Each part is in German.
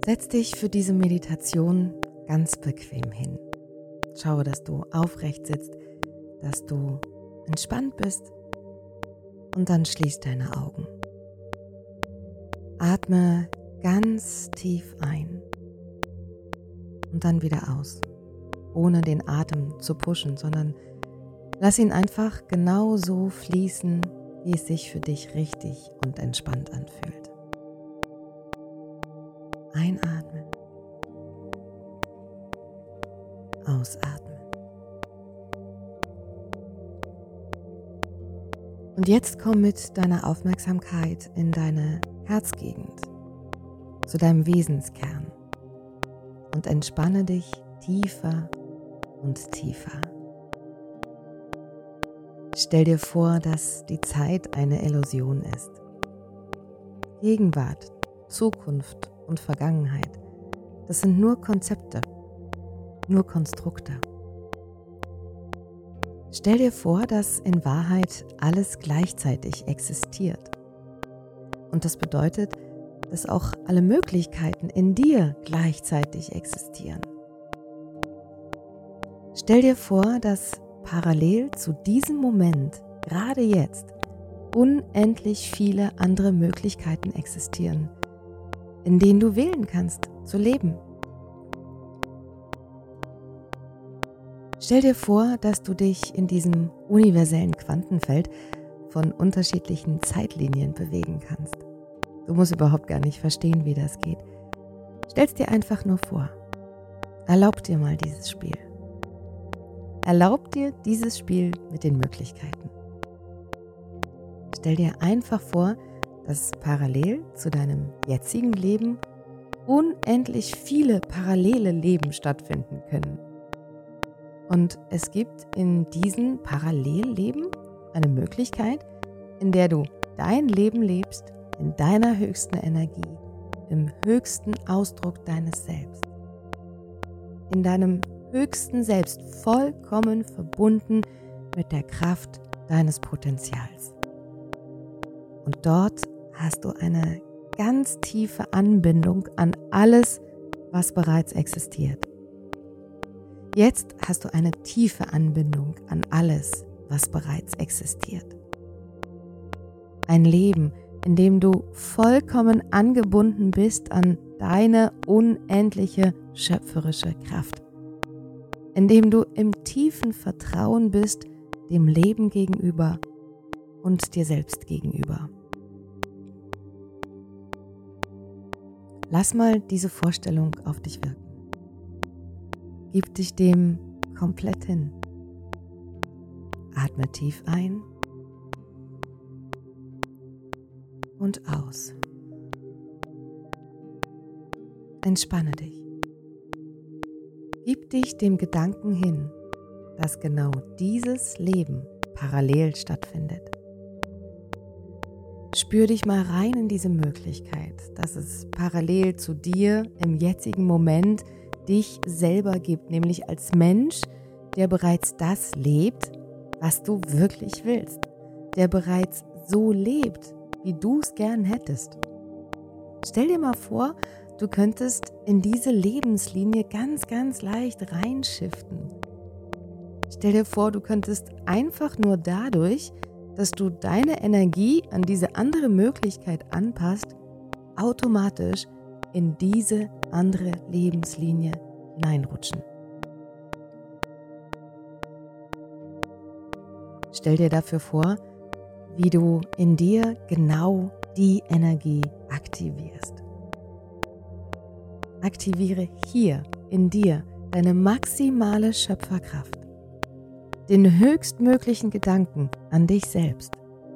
Setz dich für diese Meditation ganz bequem hin. Schaue, dass du aufrecht sitzt, dass du entspannt bist und dann schließ deine Augen. Atme ganz tief ein und dann wieder aus, ohne den Atem zu pushen, sondern lass ihn einfach genau so fließen, wie es sich für dich richtig und entspannt anfühlt. Einatmen, ausatmen. Und jetzt komm mit deiner Aufmerksamkeit in deine Herzgegend, zu deinem Wesenskern und entspanne dich tiefer und tiefer. Stell dir vor, dass die Zeit eine Illusion ist. Gegenwart, Zukunft und Vergangenheit, das sind nur Konzepte, nur Konstrukte. Stell dir vor, dass in Wahrheit alles gleichzeitig existiert. Und das bedeutet, dass auch alle Möglichkeiten in dir gleichzeitig existieren. Stell dir vor, dass parallel zu diesem Moment, gerade jetzt, unendlich viele andere Möglichkeiten existieren, in denen du wählen kannst, zu leben. Stell dir vor, dass du dich in diesem universellen Quantenfeld von unterschiedlichen Zeitlinien bewegen kannst. Du musst überhaupt gar nicht verstehen, wie das geht. Stell's dir einfach nur vor. Erlaub dir mal dieses Spiel. Erlaub dir dieses Spiel mit den Möglichkeiten. Stell dir einfach vor, dass parallel zu deinem jetzigen Leben unendlich viele parallele Leben stattfinden können. Und es gibt in diesen Parallelleben eine Möglichkeit, in der du dein Leben lebst, in deiner höchsten Energie, im höchsten Ausdruck deines Selbst. In deinem höchsten Selbst, vollkommen verbunden mit der Kraft deines Potenzials. Und dort hast du eine ganz tiefe Anbindung an alles, was bereits existiert. Jetzt hast du eine tiefe Anbindung an alles, was bereits existiert. Ein Leben, in dem du vollkommen angebunden bist an deine unendliche schöpferische Kraft. In dem du im tiefen Vertrauen bist dem Leben gegenüber und dir selbst gegenüber. Lass mal diese Vorstellung auf dich wirken. Gib dich dem komplett hin. Atme tief ein und aus. Entspanne dich. Gib dich dem Gedanken hin, dass genau dieses Leben parallel stattfindet. Spür dich mal rein in diese Möglichkeit, dass es parallel zu dir im jetzigen Moment dich selber gibt, nämlich als Mensch, der bereits das lebt, was du wirklich willst, der bereits so lebt, wie du es gern hättest. Stell dir mal vor, du könntest in diese Lebenslinie ganz, ganz leicht reinschiften. Stell dir vor, du könntest einfach nur dadurch, dass du deine Energie an diese andere Möglichkeit anpasst, automatisch in diese andere Lebenslinie hineinrutschen. Stell dir dafür vor, wie du in dir genau die Energie aktivierst. Aktiviere hier in dir deine maximale Schöpferkraft, den höchstmöglichen Gedanken an dich selbst.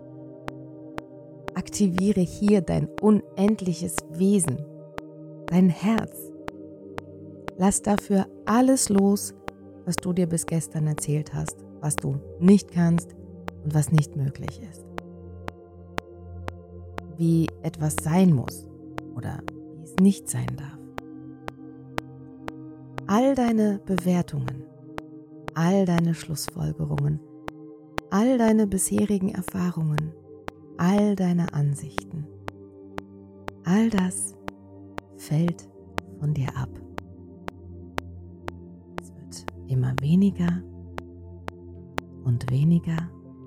Aktiviere hier dein unendliches Wesen, dein Herz. Lass dafür alles los, was du dir bis gestern erzählt hast, was du nicht kannst und was nicht möglich ist. Wie etwas sein muss oder wie es nicht sein darf. All deine Bewertungen, all deine Schlussfolgerungen, all deine bisherigen Erfahrungen, all deine Ansichten, all das fällt von dir ab. Es wird immer weniger und weniger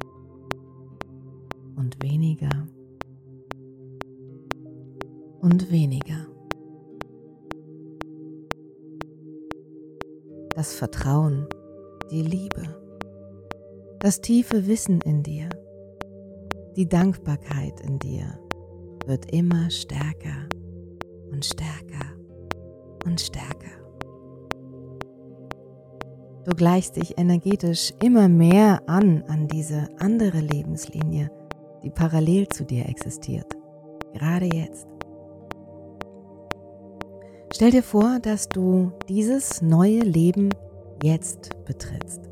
und weniger und weniger. Das Vertrauen, die Liebe, das tiefe Wissen in dir, die Dankbarkeit in dir wird immer stärker und stärker und stärker. Du gleichst dich energetisch immer mehr an diese andere Lebenslinie, die parallel zu dir existiert, gerade jetzt. Stell dir vor, dass du dieses neue Leben jetzt betrittst.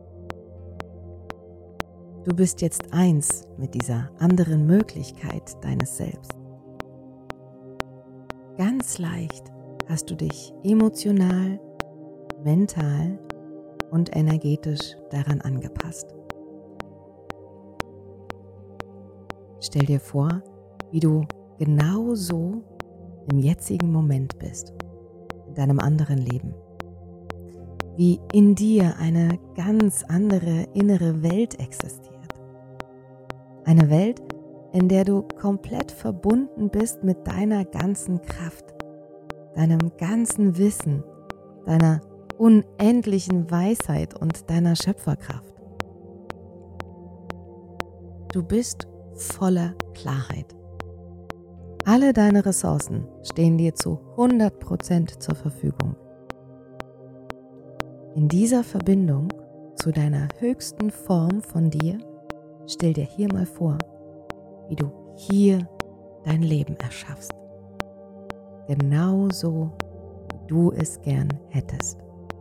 Du bist jetzt eins mit dieser anderen Möglichkeit deines Selbst. Ganz leicht hast du dich emotional, mental und energetisch daran angepasst. Stell dir vor, wie du genau so im jetzigen Moment bist, in deinem anderen Leben. Wie in dir eine ganz andere innere Welt existiert. Eine Welt, in der du komplett verbunden bist mit deiner ganzen Kraft, deinem ganzen Wissen, deiner unendlichen Weisheit und deiner Schöpferkraft. Du bist voller Klarheit. Alle deine Ressourcen stehen dir zu 100% zur Verfügung. In dieser Verbindung zu deiner höchsten Form von dir, stell dir hier mal vor, wie du hier dein Leben erschaffst. Genauso, wie du es gern hättest.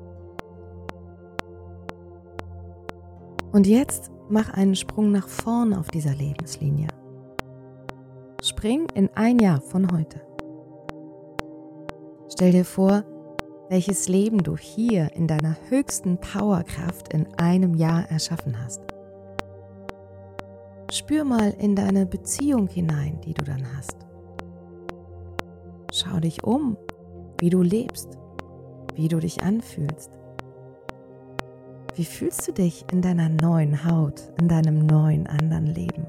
Und jetzt mach einen Sprung nach vorn auf dieser Lebenslinie. Spring in ein Jahr von heute. Stell dir vor, welches Leben du hier in deiner höchsten Powerkraft in einem Jahr erschaffen hast. Spür mal in deine Beziehung hinein, die du dann hast. Schau dich um, wie du lebst, wie du dich anfühlst. Wie fühlst du dich in deiner neuen Haut, in deinem neuen anderen Leben?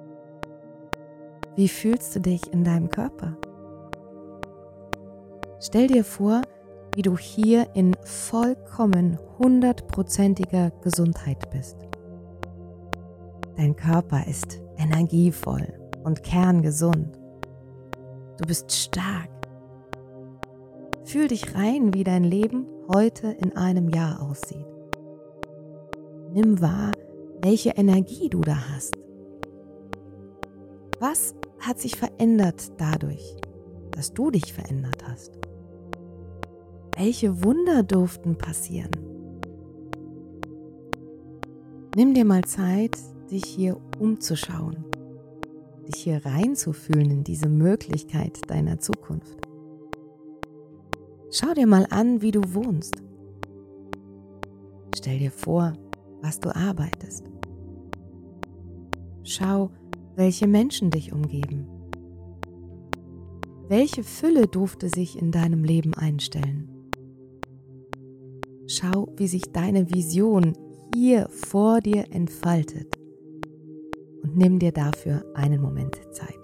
Wie fühlst du dich in deinem Körper? Stell dir vor, wie du hier in vollkommen 100%iger Gesundheit bist. Dein Körper ist energievoll und kerngesund. Du bist stark. Fühl dich rein, wie dein Leben heute in einem Jahr aussieht. Nimm wahr, welche Energie du da hast. Was hat sich verändert dadurch, dass du dich verändert hast? Welche Wunder durften passieren? Nimm dir mal Zeit, dich hier umzuschauen, dich hier reinzufühlen in diese Möglichkeit deiner Zukunft. Schau dir mal an, wie du wohnst. Stell dir vor, was du arbeitest. Schau, welche Menschen dich umgeben. Welche Fülle durfte sich in deinem Leben einstellen? Schau, wie sich deine Vision hier vor dir entfaltet und nimm dir dafür einen Moment Zeit.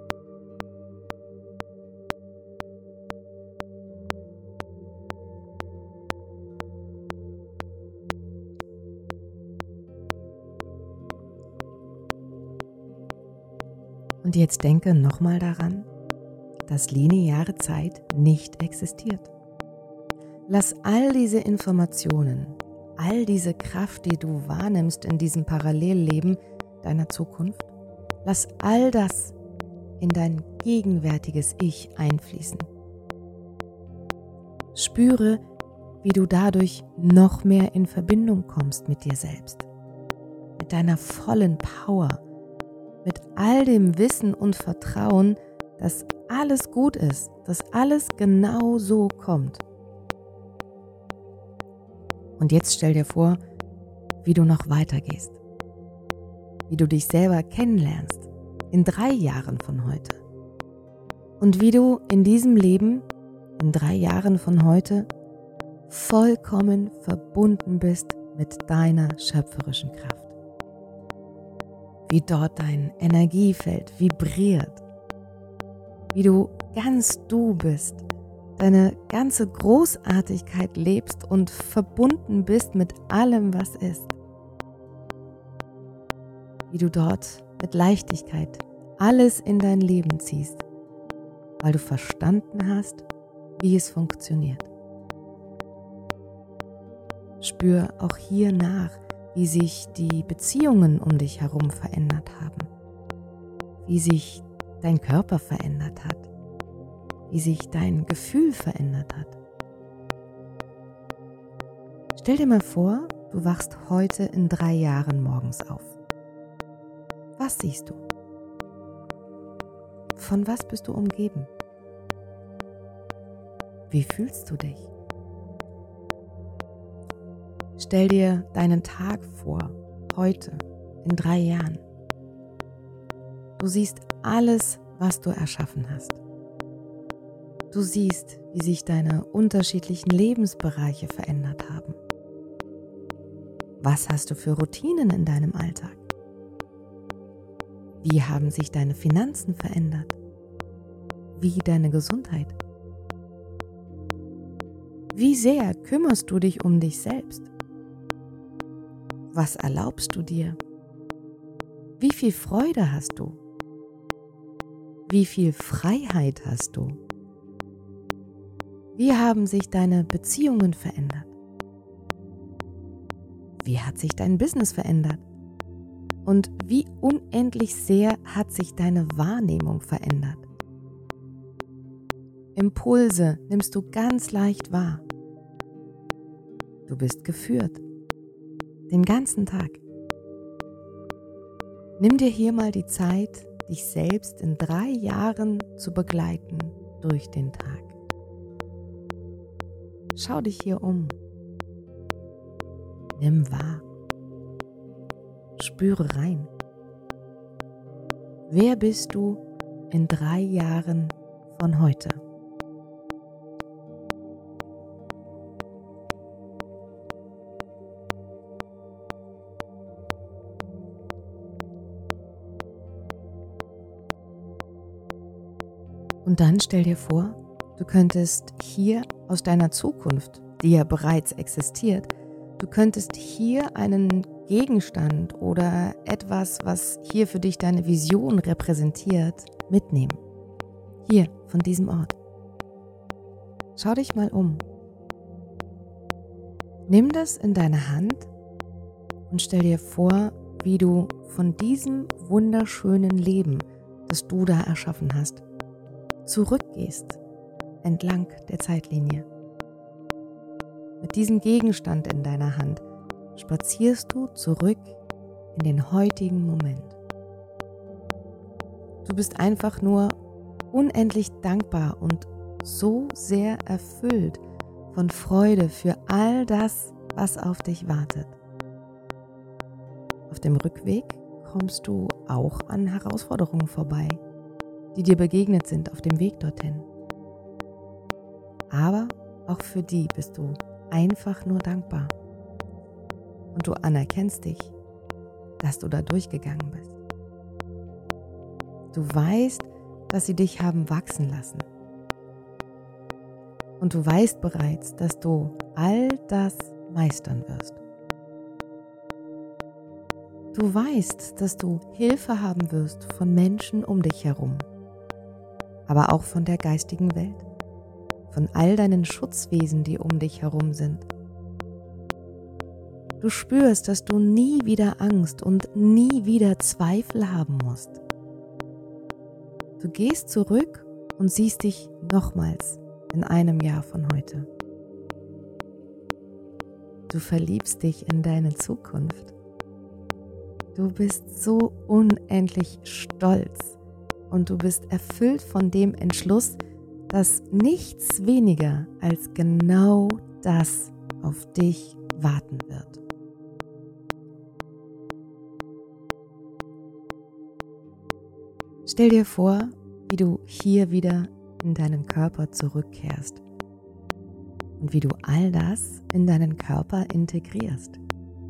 Und jetzt denke nochmal daran, dass lineare Zeit nicht existiert. Lass all diese Informationen, all diese Kraft, die du wahrnimmst in diesem Parallelleben deiner Zukunft, lass all das in dein gegenwärtiges Ich einfließen. Spüre, wie du dadurch noch mehr in Verbindung kommst mit dir selbst, mit deiner vollen Power, mit all dem Wissen und Vertrauen, dass alles gut ist, dass alles genau so kommt. Und jetzt stell dir vor, wie du noch weitergehst, wie du dich selber kennenlernst in 3 Jahren von heute und wie du in diesem Leben in 3 Jahren von heute vollkommen verbunden bist mit deiner schöpferischen Kraft. Wie dort dein Energiefeld vibriert, wie du ganz du bist, deine ganze Großartigkeit lebst und verbunden bist mit allem, was ist. Wie du dort mit Leichtigkeit alles in dein Leben ziehst, weil du verstanden hast, wie es funktioniert. Spür auch hier nach, wie sich die Beziehungen um dich herum verändert haben, wie sich dein Körper verändert hat, wie sich dein Gefühl verändert hat. Stell dir mal vor, du wachst heute in 3 Jahren morgens auf. Was siehst du? Von was bist du umgeben? Wie fühlst du dich? Stell dir deinen Tag vor, heute, in 3 Jahren. Du siehst alles, was du erschaffen hast. Du siehst, wie sich deine unterschiedlichen Lebensbereiche verändert haben. Was hast du für Routinen in deinem Alltag? Wie haben sich deine Finanzen verändert? Wie deine Gesundheit? Wie sehr kümmerst du dich um dich selbst? Was erlaubst du dir? Wie viel Freude hast du? Wie viel Freiheit hast du? Wie haben sich deine Beziehungen verändert? Wie hat sich dein Business verändert? Und wie unendlich sehr hat sich deine Wahrnehmung verändert? Impulse nimmst du ganz leicht wahr. Du bist geführt. Den ganzen Tag. Nimm dir hier mal die Zeit, dich selbst in 3 Jahren zu begleiten durch den Tag. Schau dich hier um. Nimm wahr. Spüre rein. Wer bist du in 3 Jahren von heute? Und dann stell dir vor, du könntest hier aus deiner Zukunft, die ja bereits existiert, du könntest hier einen Gegenstand oder etwas, was hier für dich deine Vision repräsentiert, mitnehmen. Hier, von diesem Ort. Schau dich mal um. Nimm das in deine Hand und stell dir vor, wie du von diesem wunderschönen Leben, das du da erschaffen hast, zurückgehst entlang der Zeitlinie. Mit diesem Gegenstand in deiner Hand spazierst du zurück in den heutigen Moment. Du bist einfach nur unendlich dankbar und so sehr erfüllt von Freude für all das, was auf dich wartet. Auf dem Rückweg kommst du auch an Herausforderungen vorbei, die dir begegnet sind auf dem Weg dorthin. Aber auch für die bist du einfach nur dankbar. Und du anerkennst dich, dass du da durchgegangen bist. Du weißt, dass sie dich haben wachsen lassen. Und du weißt bereits, dass du all das meistern wirst. Du weißt, dass du Hilfe haben wirst von Menschen um dich herum, aber auch von der geistigen Welt, von all deinen Schutzwesen, die um dich herum sind. Du spürst, dass du nie wieder Angst und nie wieder Zweifel haben musst. Du gehst zurück und siehst dich nochmals in einem Jahr von heute. Du verliebst dich in deine Zukunft. Du bist so unendlich stolz und du bist erfüllt von dem Entschluss, dass nichts weniger als genau das auf dich warten wird. Stell dir vor, wie du hier wieder in deinen Körper zurückkehrst und wie du all das in deinen Körper integrierst.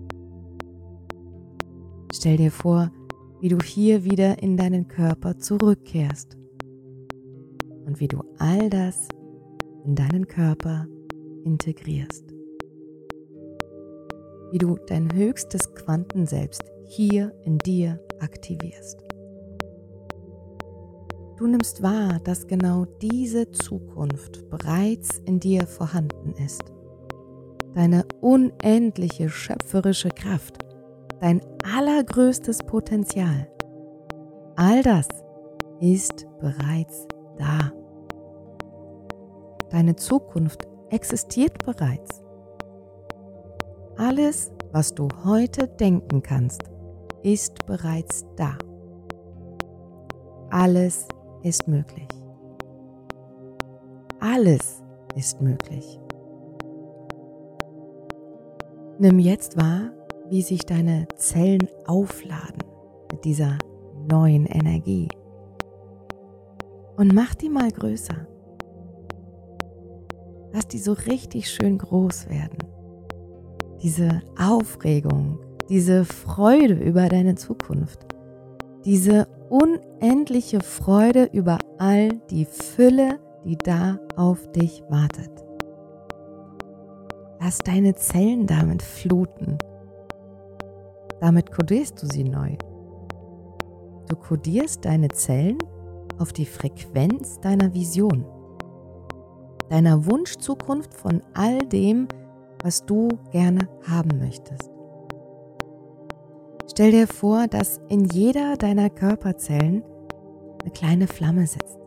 Stell dir vor, wie du hier wieder in deinen Körper zurückkehrst und wie du all das in deinen Körper integrierst. Wie du dein höchstes Quantenselbst hier in dir aktivierst. Du nimmst wahr, dass genau diese Zukunft bereits in dir vorhanden ist. Deine unendliche schöpferische Kraft, dein allergrößtes Potenzial. All das ist bereits da. Deine Zukunft existiert bereits. Alles, was du heute denken kannst, ist bereits da. Alles ist möglich. Alles ist möglich. Nimm jetzt wahr, wie sich deine Zellen aufladen mit dieser neuen Energie. Und mach die mal größer. Lass die so richtig schön groß werden. Diese Aufregung, diese Freude über deine Zukunft, diese unendliche Freude über all die Fülle, die da auf dich wartet. Lass deine Zellen damit fluten. Damit kodierst du sie neu. Du kodierst deine Zellen auf die Frequenz deiner Vision, deiner Wunschzukunft von all dem, was du gerne haben möchtest. Stell dir vor, dass in jeder deiner Körperzellen eine kleine Flamme sitzt.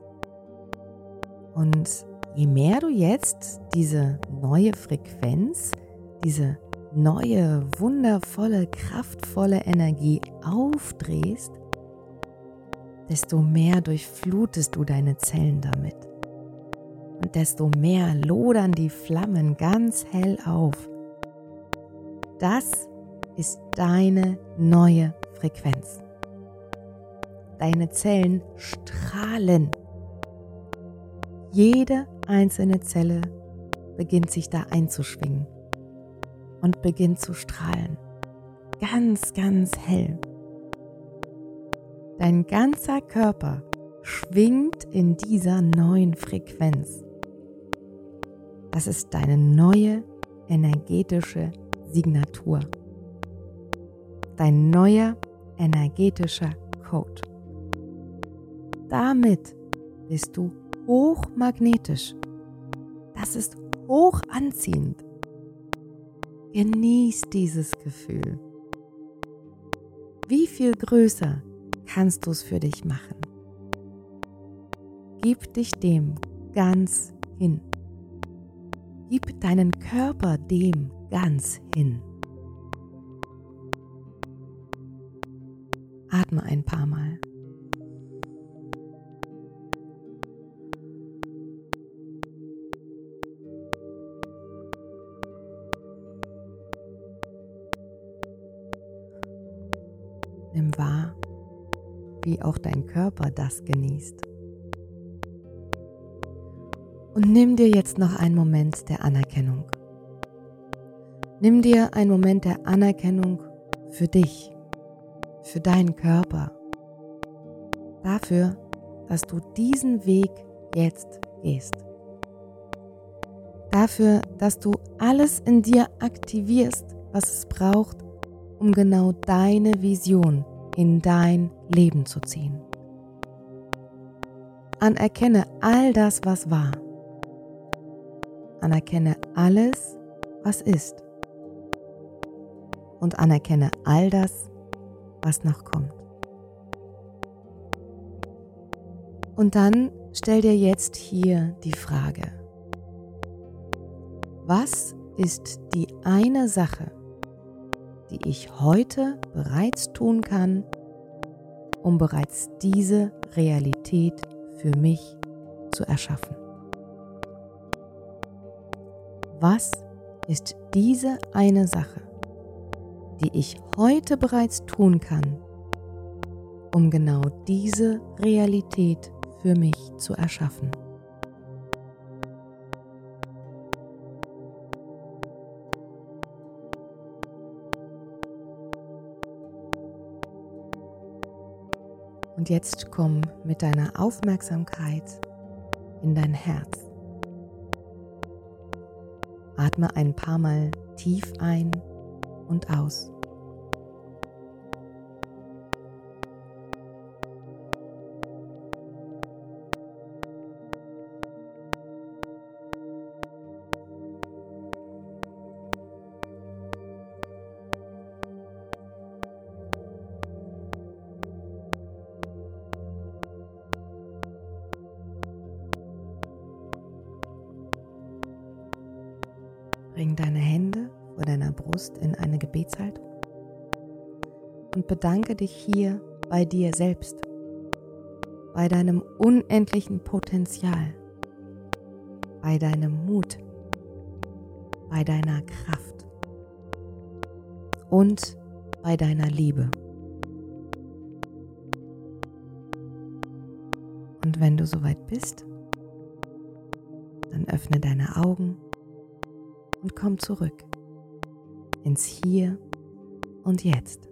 Und je mehr du jetzt diese neue Frequenz, diese neue, wundervolle, kraftvolle Energie aufdrehst, desto mehr durchflutest du deine Zellen damit. Und desto mehr lodern die Flammen ganz hell auf. Das ist deine neue Frequenz. Deine Zellen strahlen. Jede einzelne Zelle beginnt sich da einzuschwingen und beginnt zu strahlen. Ganz, ganz hell. Dein ganzer Körper schwingt in dieser neuen Frequenz. Das ist deine neue energetische Signatur. Dein neuer energetischer Code. Damit bist du hochmagnetisch. Das ist hochanziehend. Genieß dieses Gefühl. Wie viel größer kannst du es für dich machen? Gib dich dem ganz hin. Gib deinen Körper dem ganz hin. Atme ein paar Mal. Nimm wahr, wie auch dein Körper das genießt. Und nimm dir jetzt noch einen Moment der Anerkennung. Nimm dir einen Moment der Anerkennung für dich, für deinen Körper, dafür, dass du diesen Weg jetzt gehst. Dafür, dass du alles in dir aktivierst, was es braucht, um genau deine Vision in dein Leben zu ziehen. Anerkenne all das, was war. Anerkenne alles, was ist. Und anerkenne all das, was noch kommt. Und dann stell dir jetzt hier die Frage: Was ist die eine Sache, die ich heute bereits tun kann, um bereits diese Realität für mich zu erschaffen? Was ist diese eine Sache, die ich heute bereits tun kann, um genau diese Realität für mich zu erschaffen? Und jetzt komm mit deiner Aufmerksamkeit in dein Herz. Atme ein paar Mal tief ein und aus. Bring deine Hände vor deiner Brust in eine Gebetshaltung und bedanke dich hier bei dir selbst, bei deinem unendlichen Potenzial, bei deinem Mut, bei deiner Kraft und bei deiner Liebe. Und wenn du soweit bist, dann öffne deine Augen und komm zurück ins Hier und Jetzt.